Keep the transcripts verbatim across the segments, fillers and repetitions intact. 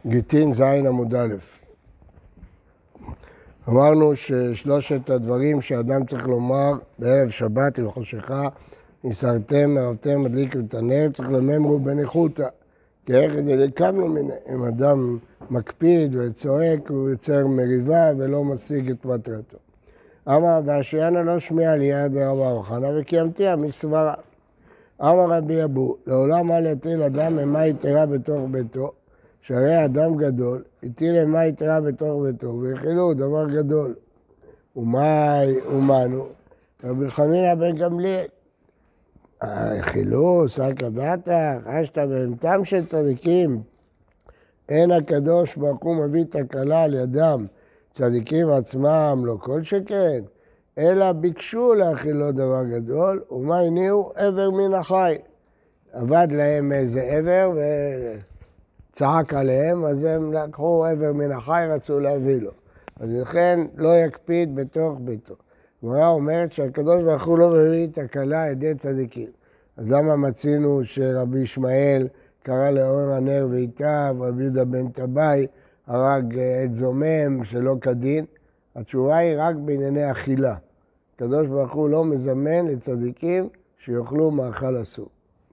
גיטין זין עמוד א'. אמרנו ששלושת הדברים שאדם צריך לומר בערב שבת עם חושכה, נסרתם, מערבתם, מדליק את הנר, צריך לממרו בניחותא. כי איך כדי לקמנו ממנו, אם אדם מקפיד וצועק, הוא יוצר מריבה ולא משיג את מטרתו. אמר והשיינה לא שמיע ליד רב בר חנא וקיימתיה מסברה. אמר רבי אבו, לעולם אל יטיל אדם ממה יתרה בתוך ביתו, שהרי אדם גדול, הטיל למה יתרה בתוך ביתו, והחילו דבר גדול. ומאי ומנו, רבי חנינא בן גמליאל. החילו, סקא דעתך, חשת בהמתם של צדיקים, אין הקדוש ברוך הוא מביא תקלה על ידם, צדיקים עצמם לא כל שכן, אלא ביקשו להחילו דבר גדול, ומה הניעו? עבר מן החי. עבד להם איזה עבר וצעק עליהם, אז הם לקחו עבר מן החי, רצו להביא לו. אז לכן לא יקפיד בתוך ביתו. הגמרא אומרת שהקדוש ברוך הוא לא מביא תקלה על ידי צדיקים. אז למה מצינו שרבי ישמעאל קרא לאור הנר ואיתיו, רבי יהודה בן טבעי הרג את זומם שלא כדין? התשובה היא רק בענייני אכילה. הקדוש ברוך הוא לא מזמן לצדיקים שיאכלו מאכל אסור.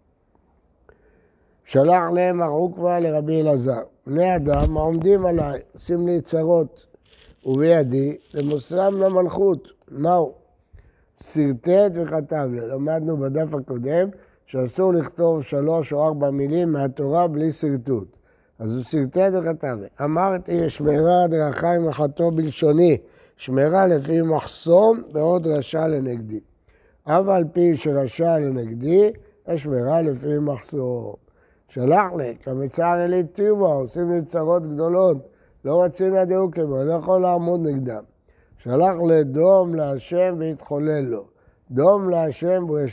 שלח להם מר עוקבא לרבי אלעזר, בני אדם העומדים עליי, עושים לי צרות, ובידי למוסרם למלכות. מהו? סרטט וכתב לי. למדנו בדף הקודם שאסור לכתוב שלוש או ארבע מילים מהתורה בלי סרטוט. אז הוא סרטט וכתב לי. אמרתי, שמרה דרכי מחתו בלשוני, שמרה לפי מחסום בעוד רשע לנגדי. אבל על פי שרשע לנגדי, השמרה לפי מחסום. שלח לי, כמצער אלי טיובה, עושים לי צרות גדולות, לא רצים ידעו כמו, לא יכול לעמוד נגדם. שלח לדום להשם והתחולל לו. דום להשם והוא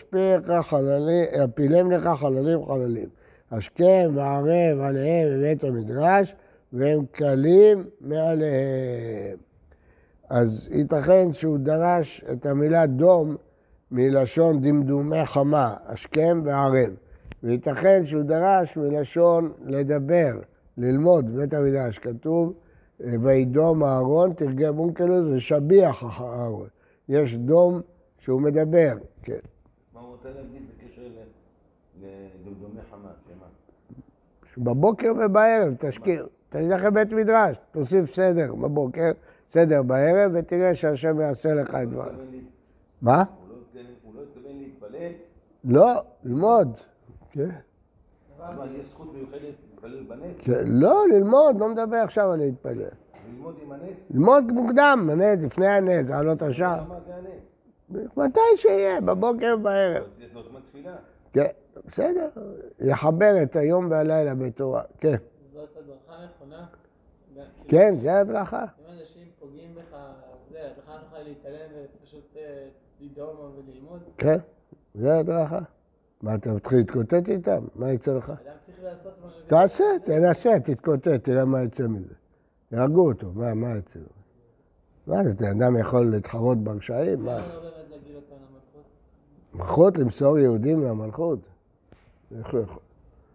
יפילם לך חללים חללים. השכם וערב עליהם בבית המדרש, והם קלים מעליהם. אז ייתכן שהוא דרש את המילה דום מלשון דמדומי חמה, השכם וערב. וייתכן שהוא דרש מלשון לדבר, ללמוד בבית המדרש. כתוב, וידום אהרון, תרגם אונקלוס ושביח אהרון. יש דום שהוא מדבר, כן. מה הוא רוצה להגיד בקשר לדמדומי חמה, שמה? בבוקר ובערב, תשכיר. תלך לבית מדרש, תוסיף סדר בבוקר, סדר בערב, ותראה שהשם יעשה לך את דבר. מה? הוא לא התכוון להתפלל? לא, ללמוד. כן. מה, יש זכות מיוחדת להתפלל בנץ? לא, ללמוד, לא מדבר עכשיו על להתפלל. ללמוד עם הנץ? ללמוד מוקדם, הנץ, לפני הנץ, עלות השעה. מה זה הנץ? מתי שיהיה, בבוקר ובערב. זאת זמן תפילה. כן, בסדר. יחבר את היום והלילה בתורה, כן. זאת הדרכה נכונה? כן, זה הדרכה. אם אנשים פוגעים בך, זה, הדרכה נוכל להתעלם ופשוט לדאום וללמוד? כן, זה הדרכה. מה, אתה מתחיל להתקוטט איתם? מה יצא לך? אדם צריך לעשות מה ש... תעשה, תנסה, תתקוטט, תראה מה יצא מזה. יהרגו אותו, מה, מה יצא? מה זה, אדם יכול להתחרות ברשעים? מה? למה לא באמת נגיד אותם למלכות? מלכות למסור יהודים למלכות? איך הוא יכול?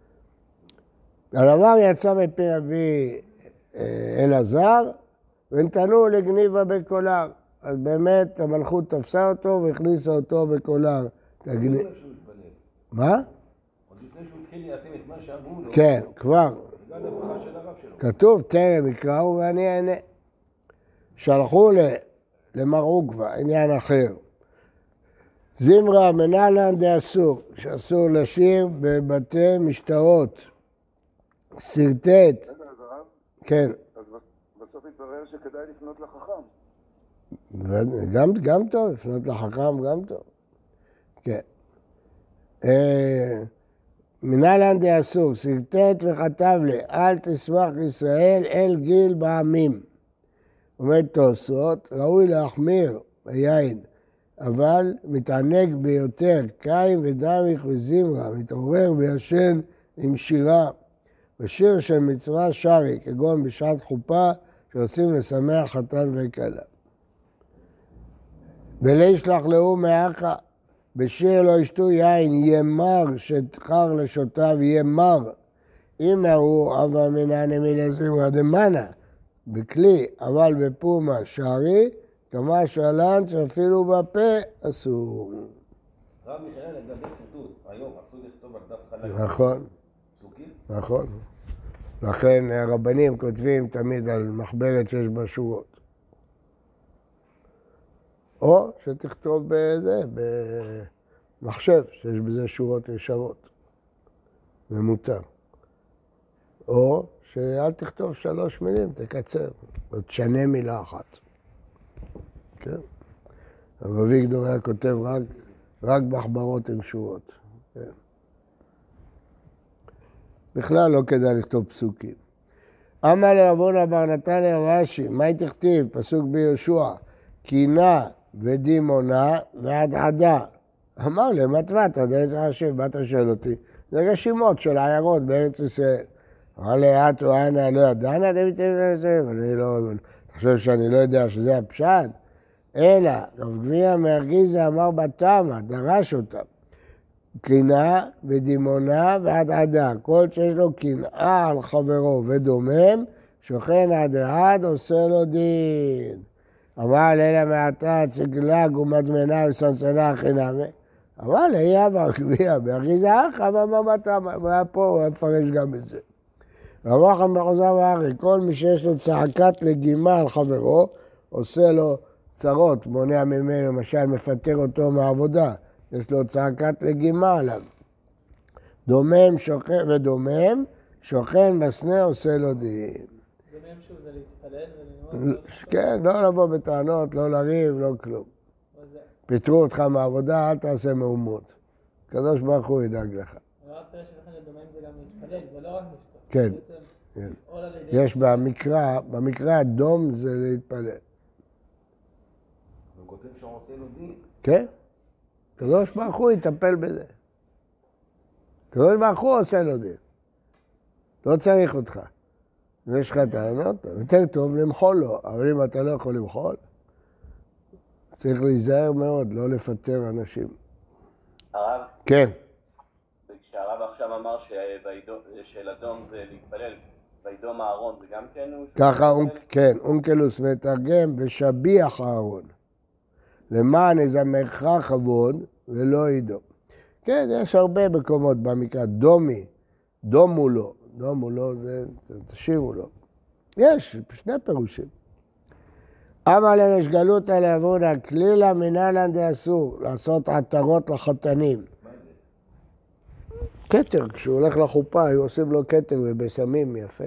הדבר יצא מפי רבי אלעזר, ונתנו לגניבה בקולר. אז באמת המלכות תפסה אותו והכניסה אותו בקולר. מה? עוד לפני שהוא התחיל ליישם את מה שאמרו לו. כן, כבר. זה גם לברכה של הרב שלו. כתוב, תרם יקראו ואני אענה. שלחו למר עוקבא, עניין אחר. זמרה מנהלן דאסור, שאסור לשיר בבתי משטרות. סרטט. רגע, אז הרב? כן. אז בסוף התברר שכדאי לפנות לחכם. גם, גם טוב, לפנות לחכם גם טוב. כן. מנהלן דאסור, סרטט וכתב לי, אל תשמח ישראל אל גיל בעמים. אומר תוספות, ראוי להחמיר ביין, אבל מתענג ביותר, קין ודמיך וזמרה, מתעורר וישן עם שירה. בשיר של מצווה שרי, כגון בשעת חופה, שעושים לשמח חתן וכלה. ולישלח לאו מאחה, בשיר לא ישתו יין, יהיה מר, שתחר לשותיו יהיה מר. אם הוא אבא מנענה מלזרימה דמנה, בכלי, אבל בפומה שערי, כמה שלן שאפילו בפה אסור. רב מיכאל לגבי סרטוט, היום אסור לכתוב על דף חלק. נכון, פסוקים? נכון. לכן הרבנים כותבים תמיד על מחברת שיש בה שורות. או שתכתוב בזה, במחשב, שיש בזה שורות ישרות. זה מותר. או שאל תכתוב שלוש מילים, תקצר, או תשנה מילה אחת. כן? אבל אביגדור היה כותב רק, רק מחברות עם שורות. כן. בכלל לא כדאי לכתוב פסוקים. אמר לרבונה בר נתן לרש"י, מה תכתיב? פסוק ביהושע, קינה ודימונה והדעדה. אמר להם, מה תבעת? אתה צריך להשיב, מה אתה שואל אותי? זה רשימות של עיירות בארץ ישראל. אמר לאט או אנה לא ידענה, אתם מתאים לזה, ואני לא... אתה חושב שאני לא יודע שזה הפשט? אלא, רב גביע מארגיזה אמר בתמה, דרש אותם. קינה ודימונה והדעדה. כל שיש לו קנאה על חברו ודומם, שוכן עד עד עושה לו דין. אמר לילה מעטה צגלג ומדמנה וסנסנה חינמי. אמר לי, אבא גביע מארגיזה אחא ואמר בתמה. הוא היה פה, הוא היה מפרש גם את זה. רב אחם בחוזר ואחרי, כל מי שיש לו צעקת לגימה על חברו, עושה לו צרות, מונע ממנו, למשל מפטר אותו מהעבודה, יש לו צעקת לגימה עליו. דומם שוכן ודומם, שוכן בסנה עושה לו דין. דומם שוב זה להתפלל וללמוד? כן, לא לבוא בטענות, לא לריב, לא כלום. פיטרו אותך מהעבודה, אל תעשה מהומות. הקדוש ברוך הוא ידאג לך. הרב פרש שלכם לדומם זה גם להתפלל, זה לא רק לשתות. כן, כן. יש במקרא, במקרא דום זה להתפלל. הוא כותב שהוא עושה לו דין. כן? הקדוש ברוך הוא יטפל בזה. הקדוש ברוך הוא עושה לו דין. לא צריך אותך. ויש לך טענות, יותר טוב למחול לו, אבל אם אתה לא יכול למחול, צריך להיזהר מאוד, לא לפטר אנשים. הרב? כן. כשהרב עכשיו אמר של אדום זה להתפלל, וידום הארון זה גם כן? ככה, כן, אונקלוס מתרגם ושביח הארון. למען יזמרך כבוד ולא ידום. כן, יש הרבה מקומות במקרא, דומי, דומו לו, דומו לו, זה, תשאירו לו. יש, שני פירושים. אמר לרש גלותא לעוונה, כלילה מנהלן דאסור, לעשות עטרות לחתנים. כתר, כשהוא הולך לחופה, היו עושים לו כתר ובשמים יפה.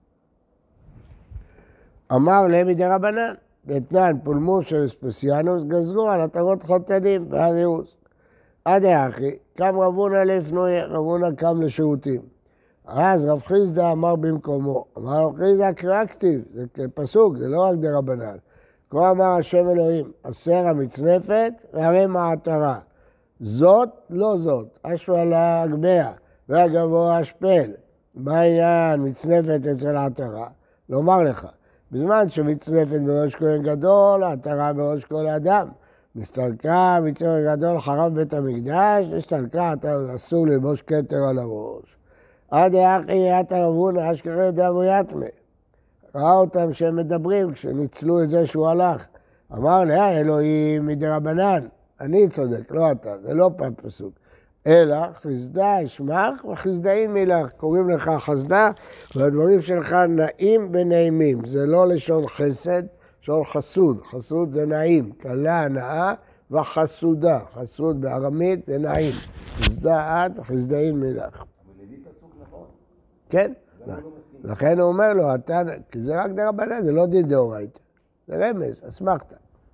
אמר להם מדי רבנן, נתנן פולמוס של אספסיאנוס, גזרו על עטרות חתנים והריאוס. עד האחי, קם רבונה לפנוי, רבונה קם לשירותים. אז רב חיסדא אמר במקומו, אמר רב חיסדא קרא כתיב, זה פסוק, זה לא רק די רבנן. כה אמר השם אלוהים, אסר המצנפת והרי מעטרה. זאת, לא זאת, אשו על הגביה, והגבוה השפל. מה העניין מצנפת אצל העטרה? לומר לך, בזמן שמצנפת בראש כהן גדול, העטרה בראש כל אדם. נסתלקה מצנפת גדול חרב בית המקדש, נסתלקה, אתה אסור ללבוש כתר על הראש. עד האחי יעת הרבונה, אשכרה דאבו יתמה. ראה אותם שהם מדברים כשניצלו את זה שהוא הלך. אמר לה, אלוהים מדי רבנן. אני צודק, לא אתה, זה לא פעם פסוק. אלא חסדה אשמח וחסדאין מילך. קוראים לך חסדה, והדברים שלך נעים ונעימים. זה לא לשון חסד, לשון חסוד. חסוד זה נעים, קלה הנאה וחסודה. חסוד בארמית זה נעים. חסדה את, חסדאין מילך. אבל הביא פסוק נכון. כן? לכן הוא אומר לו, אתה, כי זה רק דרבנן, זה לא דין דאורייתא. זה רמז, אסמכתא.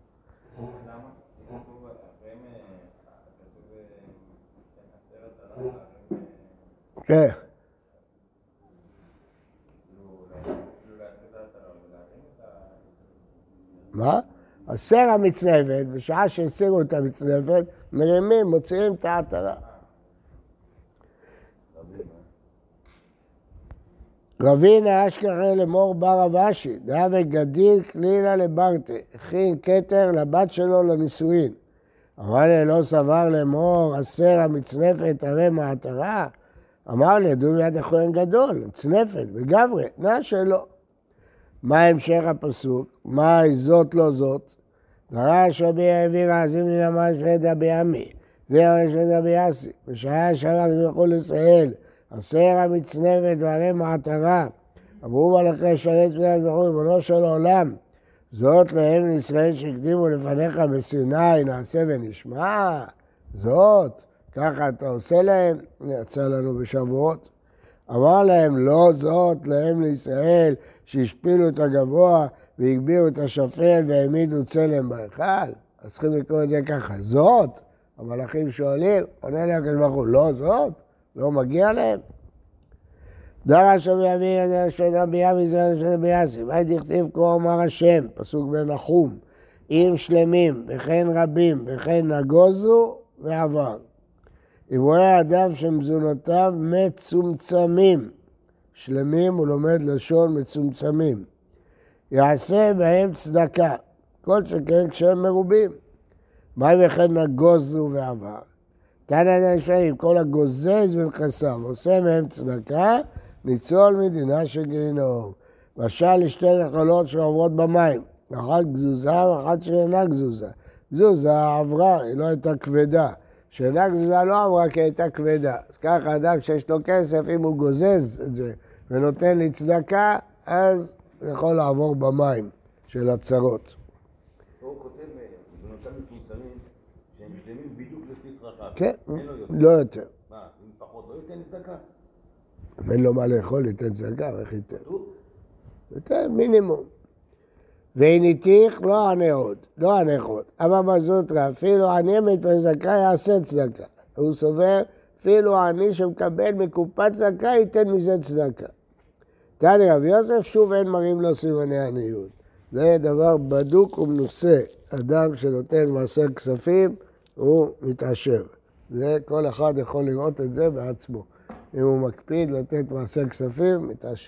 כן. מה? אסר המצנפת, בשעה שהסירו את המצנפת, מרימים, מוציאים את העטרה. רבינה אשכרה לאמור בר רב אשי, דאה וגדיל כלילה לברטה, הכין כתר לבת שלו לנישואין. אבל לא סבר לאמור, אסר המצנפת הרי מעטרה, אמר לי, ידעו מיד הכהן גדול, צנפת, בגברי, נא שלא. מה המשך הפסוק? מה זאת לא זאת? דרש רבי העביר העזים לנמה שפדה בימי, ואמר שפדה ביאסי, בשעה שבח שבחו לישראל, עשר המצנבת והרי מעטרה, אמרו מלאכי שרת שפדה שבחו, ריבונו של עולם, זאת להם לישראל שהקדימו לפניך בסיני, נעשה ונשמע, זאת, ככה אתה עושה להם, יצא לנו בשבועות. אמר להם, לא זאת להם לישראל שהשפילו את הגבוה והגבירו את השפל והעמידו צלם בהיכל. אז צריכים לקרוא את זה ככה, זאת? המלאכים שואלים, עונה להם הקדוש ברוך הוא, לא זאת? לא מגיע להם? דרש רבי אביר שפדה בימי זרע שפדה ביאסי, מה דכתיב כה אמר השם, פסוק בנחום, עיר שלמים וכן רבים וכן נגוזו ועבר. אם רואה אדם שמזונותיו מצומצמים, שלמים הוא לומד לשון מצומצמים, יעשה בהם צדקה, כל שכן כשהם מרובים. מה וכן נגוזו ועבר? תנא דשמיא, כל הגוזז בנכסיו, עושה מהם צדקה, ניצול מדינה של גיהינום. משל לשתי נחלות שעוברות במים, אחת גזוזה ואחת שאינה גזוזה. גזוזה עברה, היא לא הייתה כבדה. שאינה גזוזה לא עברה כי הייתה כבדה. אז ככה אדם שיש לו כסף, אם הוא גוזז את זה ונותן לי צדקה, אז הוא יכול לעבור במים של הצרות. הוא כותב, בנותן מצומצמים, שהם שלמים בדיוק לפי צרכיו. כן, אין לו יותר. לא יותר. מה, אם פחות לא ייתן צדקה? אם אין לו מה לאכול, ייתן צדקה, איך ייתן? כתוב? ייתן מינימום. והניתיך לא ענה עוד, לא ענה עוד. אבל בזוטרא, אפילו עני מתפלל צדקה יעשה צדקה. הוא סובר, אפילו עני שמקבל מקופת צדקה ייתן מזה צדקה. תני רב יוסף, שוב אין מראים לו סימני עניות. זה דבר בדוק ומנוסה. אדם שנותן מעשר כספים, הוא מתעשר. זה כל אחד יכול לראות את זה בעצמו. אם הוא מקפיד לתת מעשר כספים, מתעשר.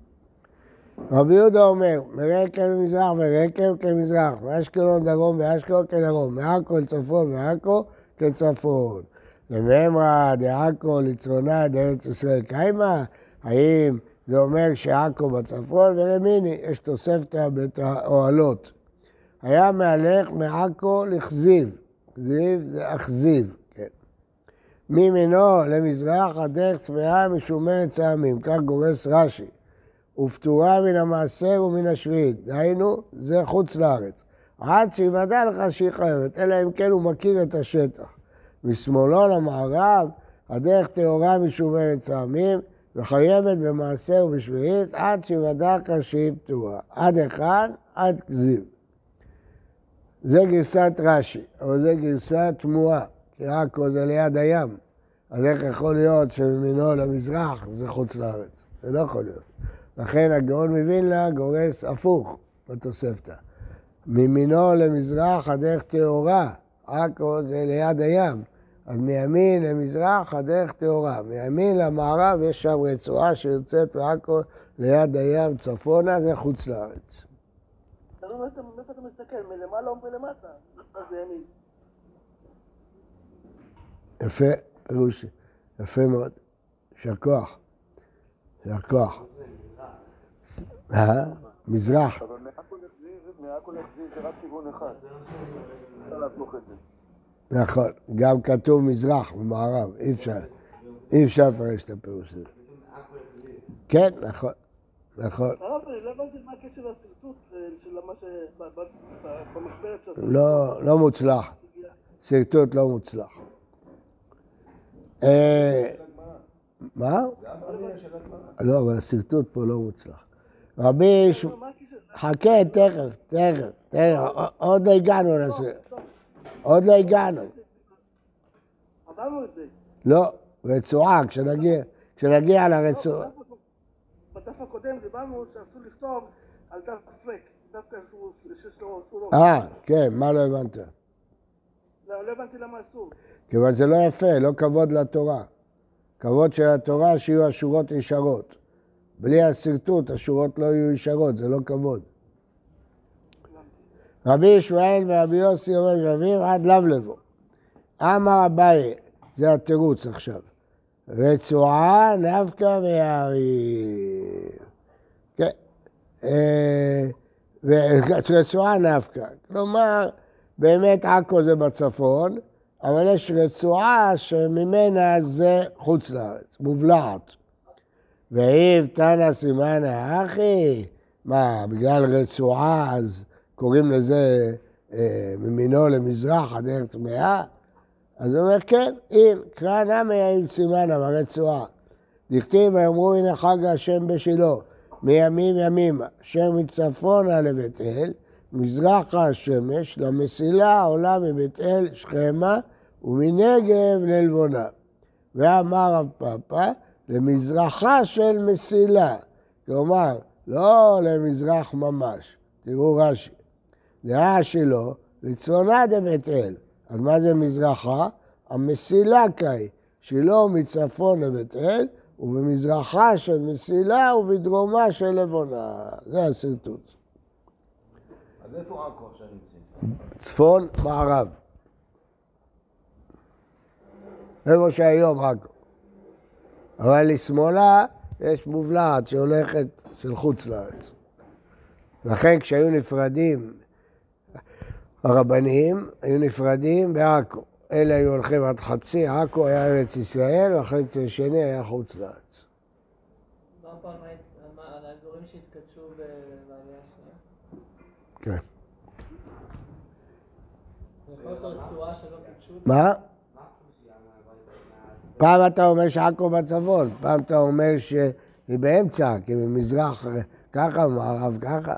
רבי יהודה אומר, מרקם למזרח ורקם כמזרח, מאשקלון דרום ואשקלון כדרום, מעכו לצפון ועכו כצפון. לממרא דעכו לצפונה דארץ ישראל קיימה, האם זה אומר שעכו בצפון ולמיני, יש תוספתא בית האוהלות. היה מהלך מעכו לכזיב, כזיב זה אכזיב, כן. מימינו למזרח הדרך צמאה משומרת צעמים, כך גורס רש"י. ופטורה מן המעשר ומן השביעית, דהיינו, זה חוץ לארץ. עד שיוודע לך שהיא חייבת, אלא אם כן הוא מכיר את השטח. משמאלו למערב, הדרך טהורה משומרת צעמים, וחייבת במעשר ובשביעית, עד שיוודע לך שהיא פטורה. עד אחד, עד כזיב. זה גרסת רש"י, אבל זה גרסה תמוהה, כי עכו זה ליד הים. אז איך יכול להיות שממינו למזרח זה חוץ לארץ? זה לא יכול להיות. לכן הגאון מווילנה גורס הפוך בתוספתא. מימינו למזרח הדרך טהורה, עכו זה ליד הים. אז מימין למזרח הדרך טהורה. מימין למערב יש שם רצועה שיוצאת מעכו ליד הים צפונה, זה חוץ לארץ. תראו איפה אתה מסתכל, מלמעלה או מלמטה? מה זה ימין? יפה, פירושי. יפה מאוד. יישר כוח. יישר כוח. אה? מזרח. אבל מעכו לחזיב זה רק כיוון אחד. אפשר להפוך את זה. נכון, גם כתוב מזרח ומערב, אי אפשר, אי אפשר לפרש את הפירוש הזה. כן, נכון, נכון. הרב, לא הבנתי מה הקשר לסרטוט של מה שבמחברת שלך. לא, לא מוצלח. סרטוט לא מוצלח. מה? לא, אבל הסרטוט פה לא מוצלח. רבי, חכה, תכף, תכף, תכף, עוד לא הגענו לסרטוט. עוד לא הגענו. עברנו את זה. לא, רצועה, כשנגיע, כשנגיע לרצועה. בדף הקודם דיברנו שאסור לכתוב על דף ריק, דווקא שיש לו שורות. אה, כן, מה לא הבנת? לא הבנתי למה אסור. כיוון זה לא יפה, לא כבוד לתורה. כבוד של התורה שיהיו השורות ישרות. בלי הסרטוט השורות לא יהיו ישרות, זה לא כבוד. רבי ישמעאל ורבי יוסי אומר רבים עד לבלבו. אמר אביי, זה התירוץ עכשיו. רצועה נפקא ויעריב. כן. רצועה נפקא. כלומר, באמת עכו זה בצפון, אבל יש רצועה שממנה זה חוץ לארץ, מובלעת. והיב תנא סימן האחי, מה, בגלל רצועה אז קוראים לזה אה, ממינו למזרח עד ארץ טמאה? אז הוא אומר, כן, אם, קרא נמי היב סימנה ברצועה. דכתיב ויאמרו הנה חג השם בשילה, מימים ימימה, אשר מצפונה לבית אל, מזרחה השמש, למסילה העולה מבית אל שכמה, ומנגב ללבונה. ואמר רב פאפא, למזרחה של מסילה, כלומר, לא למזרח ממש, תראו רש"י. דעה שלו, לצפונה דבית אל, אז מה זה מזרחה? המסילה קאי, שלו מצפון לבית אל, ובמזרחה של מסילה ובדרומה של לבונה. זה הסרטוט. אז איפה עכו עכשיו נמצאים? צפון מערב. איפה שהיום עכו. אבל לשמאלה יש מובלעת שהולכת של חוץ לארץ. לכן כשהיו נפרדים הרבנים, היו נפרדים בעכו. אלה היו הולכים עד חצי, עכו היה ארץ ישראל, והחצי השני היה חוץ לארץ. לא פעם על האזורים שהתקדשו בעלייה השנייה? כן. יכול להיות רצועה שלא קידשו? מה? פעם אתה אומר שעכו בצפון, פעם אתה אומר שהיא באמצע, כי במזרח ככה, במערב ככה.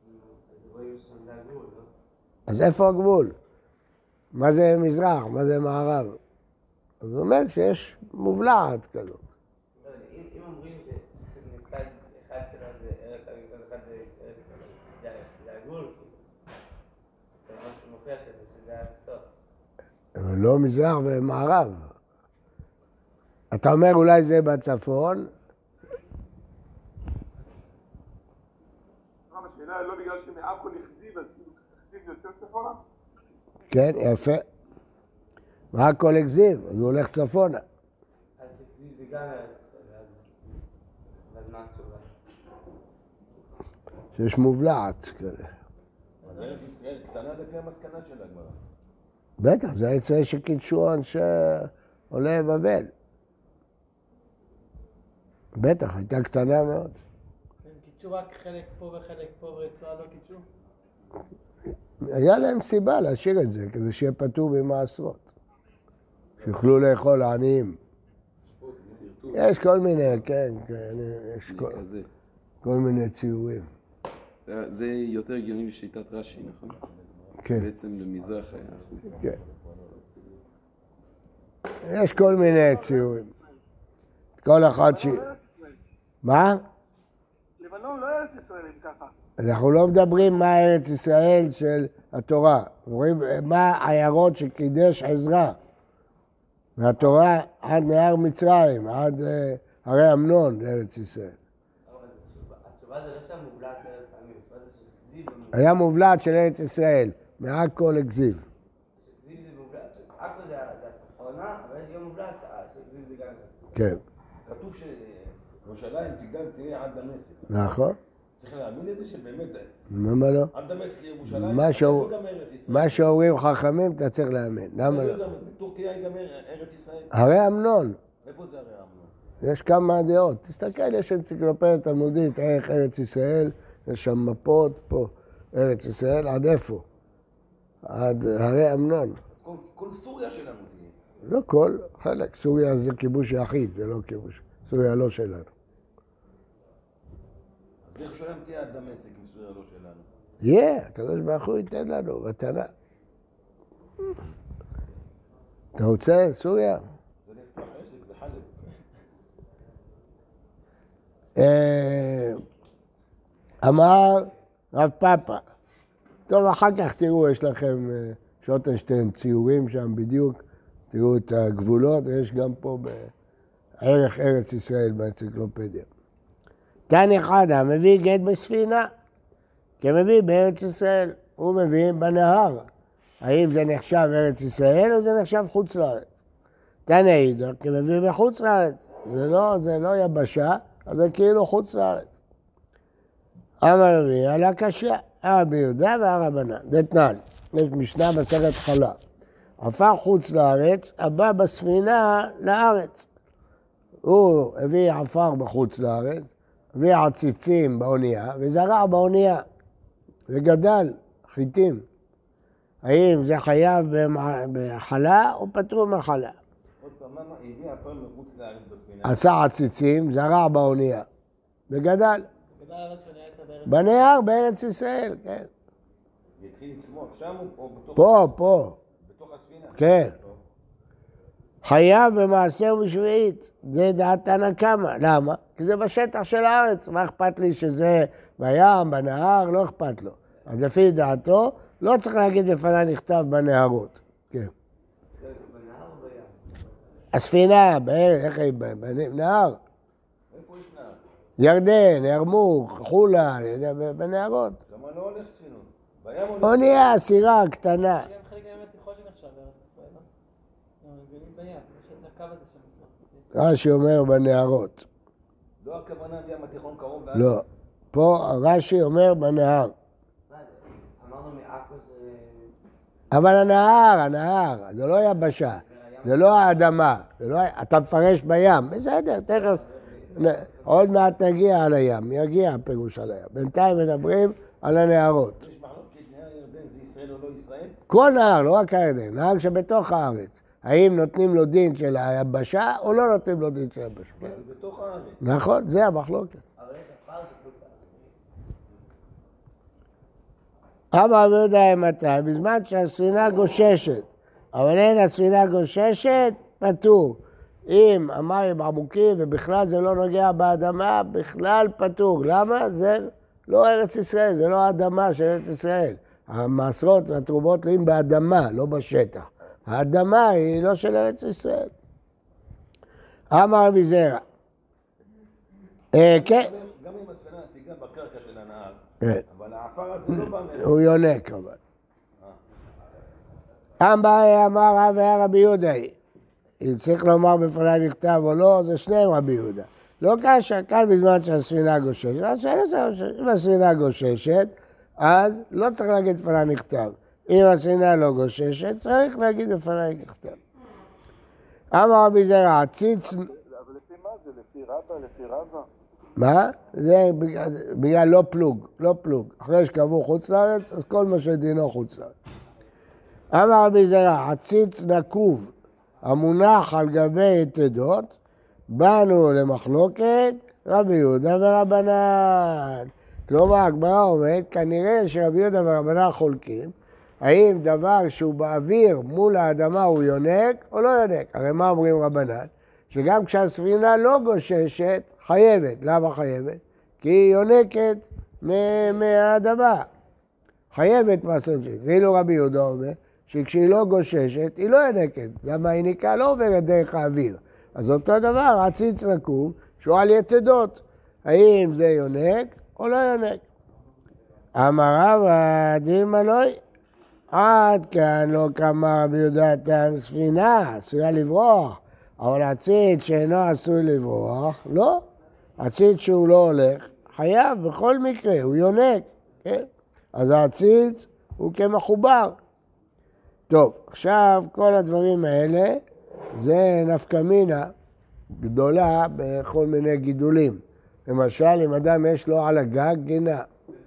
אז איפה הגבול? מה זה מזרח? מה זה מערב? אז הוא אומר שיש מובלעת כזאת. אם אומרים שמצד אחד שלה זה ארץ, מצד אחד זה הגבול, זה ממש מוכיח את זה שזה הסוף. אבל לא מזרח ומערב. אתה אומר אולי זה בצפון? השאלה לא בגלל שמעכו נכזיב, אז נכזיב יותר צפונה? כן, יפה. מה הכל הכזיב? אז הוא הולך צפונה. אז הכזיב זה גם ארץ ישראל, אז מה התשובה? שיש מובלעת כזה. אז ארץ ישראל קטנה לפי המסקנה של הגמרא. בטח, זה ארץ ישראל שקידשו אנשי עולי בבל. בטח, הייתה קטנה מאוד. הם קידשו רק חלק פה וחלק פה ורצועה לא קידשו? היה להם סיבה להשאיר את זה, כדי שיהיה פטור ממעשרות. שיוכלו לאכול העניים. יש כל מיני, כן, כן, יש כל, כל מיני ציורים. זה יותר הגיוני לשיטת רש"י, נכון? כן. בעצם למזרח היה. כן. יש כל מיני ציורים. כל אחד ש... מה? לבנון לא ארץ ישראל אם ככה. אנחנו לא מדברים מה ארץ ישראל של התורה. אומרים מה העיירות שקידש עזרא. מהתורה עד נהר מצרים, עד uh, הרי אמנון לארץ ישראל. התשובה זה לא שם מובלעת לארץ העמים, התשובה זה שכזיב... היה מובלעת של ארץ ישראל, מעכו לכזיב. שכזיב זה מובלעת, עכו זה הצפונה, אבל יש גם מובלעת שכזיב זה גם... כן. כתוב שירושלים תגדל תהיה עד דמשק. נכון. צריך להאמין לזה שבאמת... למה לא? עד דמשק ירושלים, מה איפה גם ארץ ישראל? מה שאומרים חכמים אתה צריך להאמין. למה לא? טורקיה היא גם ארץ ישראל. הרי אמנון. איפה זה הרי אמנון? יש כמה דעות. תסתכל, יש אנציקלופדיה תלמודית, איך ארץ ישראל, יש שם מפות פה, ארץ ישראל, עד איפה? עד הרי אמנון. כל, כל סוריה שלנו תהיה. לא כל, חלק. סוריה זה כיבוש יחיד, זה לא כיבוש. סוריה לא שלנו. אז ירושלים תהיה עד דמשק אם סוריה לא שלנו. יהיה, הקדוש ברוך הוא ייתן לנו, מתנה. אתה רוצה סוריה? זה לך עסק בחלק. אמר רב פאפא. טוב, אחר כך תראו, יש לכם שוטנשטיין ציורים שם בדיוק, תראו את הגבולות, ויש גם פה בערך ארץ ישראל באנציקלופדיה. תני חדה, מביא גט בספינה, כמביא בארץ ישראל, הוא מביא בנהר. האם זה נחשב ארץ ישראל או זה נחשב חוץ לארץ? תנא אידך, כי מביא בחוץ לארץ. זה לא, זה לא יבשה, אז זה כאילו חוץ לארץ. אמר רבי, עלה קשיא, רבי יהודה והרבנן. דתנן, יש משנה מסכת חלה. עפר חוץ לארץ, הבא בספינה לארץ. הוא הביא עפר בחוץ לארץ, הביא עציצים באונייה, וזרע באונייה, וגדל חיטים. האם זה חייב בחלה או פטור מחלה? עוד פעם, מה הביא עפר מחוץ לארץ בספינה? עשה עציצים, זרע באונייה, וגדל. גדל רק כשנהיית בארץ. בנהר בארץ ישראל, כן. יתחיל לצמוח שם או בתוך... פה, פה, בתוך הספינה? כן. חייב במעשר בשביעית, זה דעת תנא קמא. למה? כי זה בשטח של הארץ, מה אכפת לי שזה בים, בנהר, לא אכפת לו. אז לפי דעתו, לא צריך להגיד בפני נכתב בנהרות. כן. בנהר או בים? הספינה, באר, איך היא? בנהר. איפה יש נהר? ירדן, ירמוך, חולה, אני יודע, בנהרות. למה לא הולך ספינות? בים הולך... אונייה, סירה, קטנה. גם חלק מהים התיכון שנחשב בארץ ישראל, לא? גם גלים בים, יש את הקו הזה של מזרח. רש"י אומר בנהרות. לא הכוונה בים התיכון קרוב לארץ? לא. פה רש"י אומר בנהר. מה זה? אמרנו מעכו זה... אבל הנהר, הנהר, זה לא יבשה, זה לא האדמה, זה לא... אתה מפרש בים, בסדר, תכף, עוד מעט נגיע על הים, יגיע הפירוש על הים. בינתיים מדברים על הנהרות. יש מחלוקת נהר ירדן זה ישראל או לא ישראל? כל נהר, לא רק הירדן, נהר שבתוך הארץ. האם נותנים לו דין של היבשה או לא נותנים לו דין של היבשה? זה בתוך הארץ. נכון, זה המחלוקת. אבל יש עפר שפוטה. אמר רבי יהודה מתי, בזמן שהספינה גוששת, אבל אין הספינה גוששת, פטור. אם המים עמוקים ובכלל זה לא נוגע באדמה, בכלל פטור. למה? זה לא ארץ ישראל, זה לא האדמה של ארץ ישראל. המעשרות והתרומות תלויים באדמה, לא בשטח. האדמה היא לא של ארץ ישראל. אמר רבי זרע. אה, כן. גם אם הספינה תיגע בקרקע של הנהר, כן. אבל העפר הזה לא בא מארץ. הוא יונק אבל. אמר אמר רב היה רבי יהודה. אם צריך לומר בפני נכתב או לא, זה שניהם רבי יהודה. לא קשה, כאן בזמן שהספינה גוששת. אם הספינה גוששת, אז לא צריך להגיד בפני נכתב. אם הספינה לא גוששת, צריך להגיד בפני נכתב. אמר רבי זרע, עציץ... אבל לפי מה זה? לפי רבא? לפי רבא? מה? זה בגלל, בגלל לא פלוג, לא פלוג. אחרי שקבעו חוץ לארץ, אז כל מה שדינו חוץ לארץ. אמר רבי זרע, עציץ נקוב המונח על גבי יתדות, באנו למחלוקת רבי יהודה ורבנן. כלומר, הגמרא אומרת, כנראה שרבי יהודה ורבנן חולקים, האם דבר שהוא באוויר מול האדמה הוא יונק או לא יונק. הרי מה אומרים רבנן? שגם כשהספינה לא גוששת, חייבת. למה חייבת? כי היא יונקת מהאדמה. חייבת מעשות שאת. ואילו רבי יהודה אומר, שכשהיא לא גוששת, היא לא יונקת. למה היניקה לא עוברת דרך האוויר. אז אותו דבר, עציץ נקוב, שהוא על יתדות. האם זה יונק או לא יונק? אמר רבא דילמה לוי, עד כאן לא קמה רבי יהודה טעם ספינה, עשויה לברוח. אבל עציץ שאינו עשוי לברוח, לא. עציץ שהוא לא הולך, חייב בכל מקרה, הוא יונק, כן? אז העציץ הוא כמחובר. טוב, עכשיו כל הדברים האלה זה נפקא מינה גדולה בכל מיני גידולים. למשל, אם אדם יש לו על הגג גינה,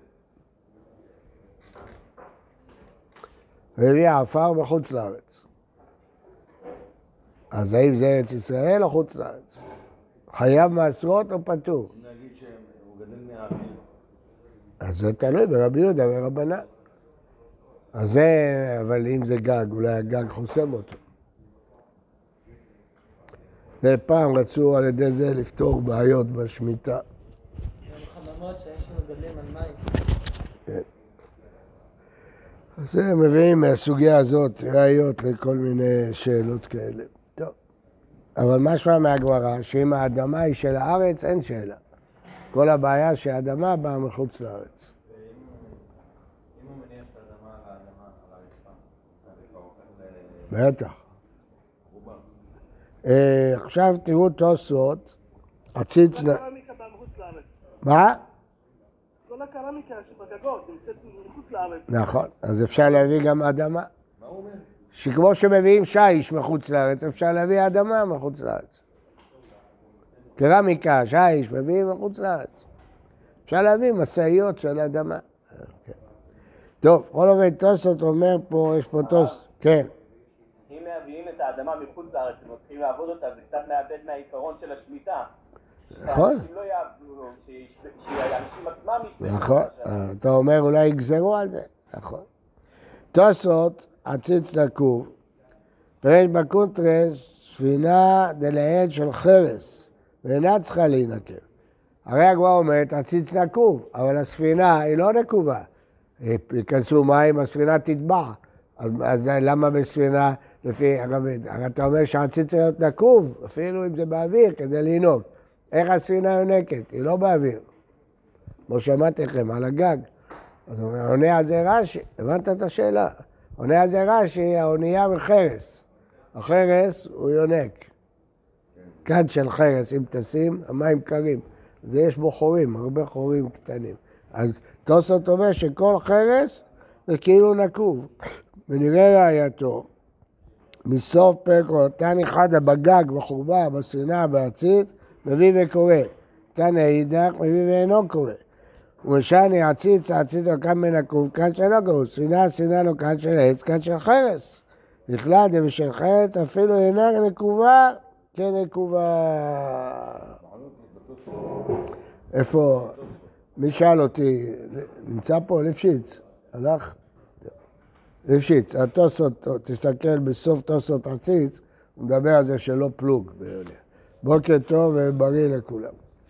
והביא עפר בחוץ לארץ. אז האם זה ארץ ישראל או חוץ לארץ? חייב מעשרות או פטור? אם נגיד שהוא גדל מהאוויר. אז זה תלוי ברבי יהודה ורבנן. אז זה, אבל אם זה גג, אולי הגג חוסם אותו. ופעם רצו על ידי זה לפתור בעיות בשמיטה. חממות שיש מגדלים על מים. כן. אז הם מביאים מהסוגיה הזאת ראיות לכל מיני שאלות כאלה. טוב. אבל משמע מהגמרא, שאם האדמה היא של הארץ, אין שאלה. כל הבעיה שהאדמה באה מחוץ לארץ. אם הוא מניח את האדמה על האדמה, על הרצפה, זה כבר הופך ל... בטח. אה, עכשיו תראו תוספות, עציץ... כל הקרמיקה בחוץ לארץ. מה? כל הקרמיקה שבגגות נמצאת מחוץ לארץ. נכון, אז אפשר להביא גם אדמה. מה הוא אומר? שכמו שמביאים שיש מחוץ לארץ, אפשר להביא אדמה מחוץ לארץ. קרמיקה, שיש, מביאים מחוץ לארץ. אפשר להביא משאיות של אדמה. טוב, כל עובד תוספות אומר פה, יש פה תוספות, כן. אם מביאים את האדמה מחוץ לארץ ומתחילים לעבוד אותה, זה קצת מאבד מהעיקרון של השמיטה. נכון. שאנשים לא יעבדו, שאנשים עצמם ישתמשו. נכון, אתה אומר אולי יגזרו על זה, נכון. תוספות, עציץ נקוב, פרש בקונטרס, ספינה דלעיל של חרס, ואינה צריכה להינקב. הרי הגמרא אומרת, עציץ נקוב, אבל הספינה היא לא נקובה. ייכנסו מים, הספינה תטבע. אז, אז למה בספינה, לפי הרבית? הרי אתה אומר שהעציץ צריך להיות נקוב, אפילו אם זה באוויר, כדי לנהוג. איך הספינה יונקת? היא לא באוויר. כמו שמעתי לכם, על הגג. אז עונה על זה רש"י, הבנת את השאלה? עונה על זה רש"י, האונייה מחרס. החרס הוא יונק. כד של חרס, אם תשים, המים קרים. ויש בו חורים, הרבה חורים קטנים. אז תוספות אומר שכל חרס זה כאילו נקוב. ונראה ראייתו, מסוף פרק תנא חדא בגג, בחורבה, בספינה, בעציץ, מביא וקורא. תנא אידך, מביא ואינו קורא. ומשני עציץ, העציץ לא כאן מנקוב, כאן שלא קורא. ספינה, ספינה לא כאן של עץ, כאן של חרס. בכלל, דבשל חרס אפילו אינה נקובה, כנקובה. איפה? מי שאל אותי, נמצא פה ליפשיץ, הלך? ליפשיץ, התוספות, תסתכל בסוף תוספות עציץ, הוא מדבר על זה שלא פלוג. בוקר טוב ובריא לכולם.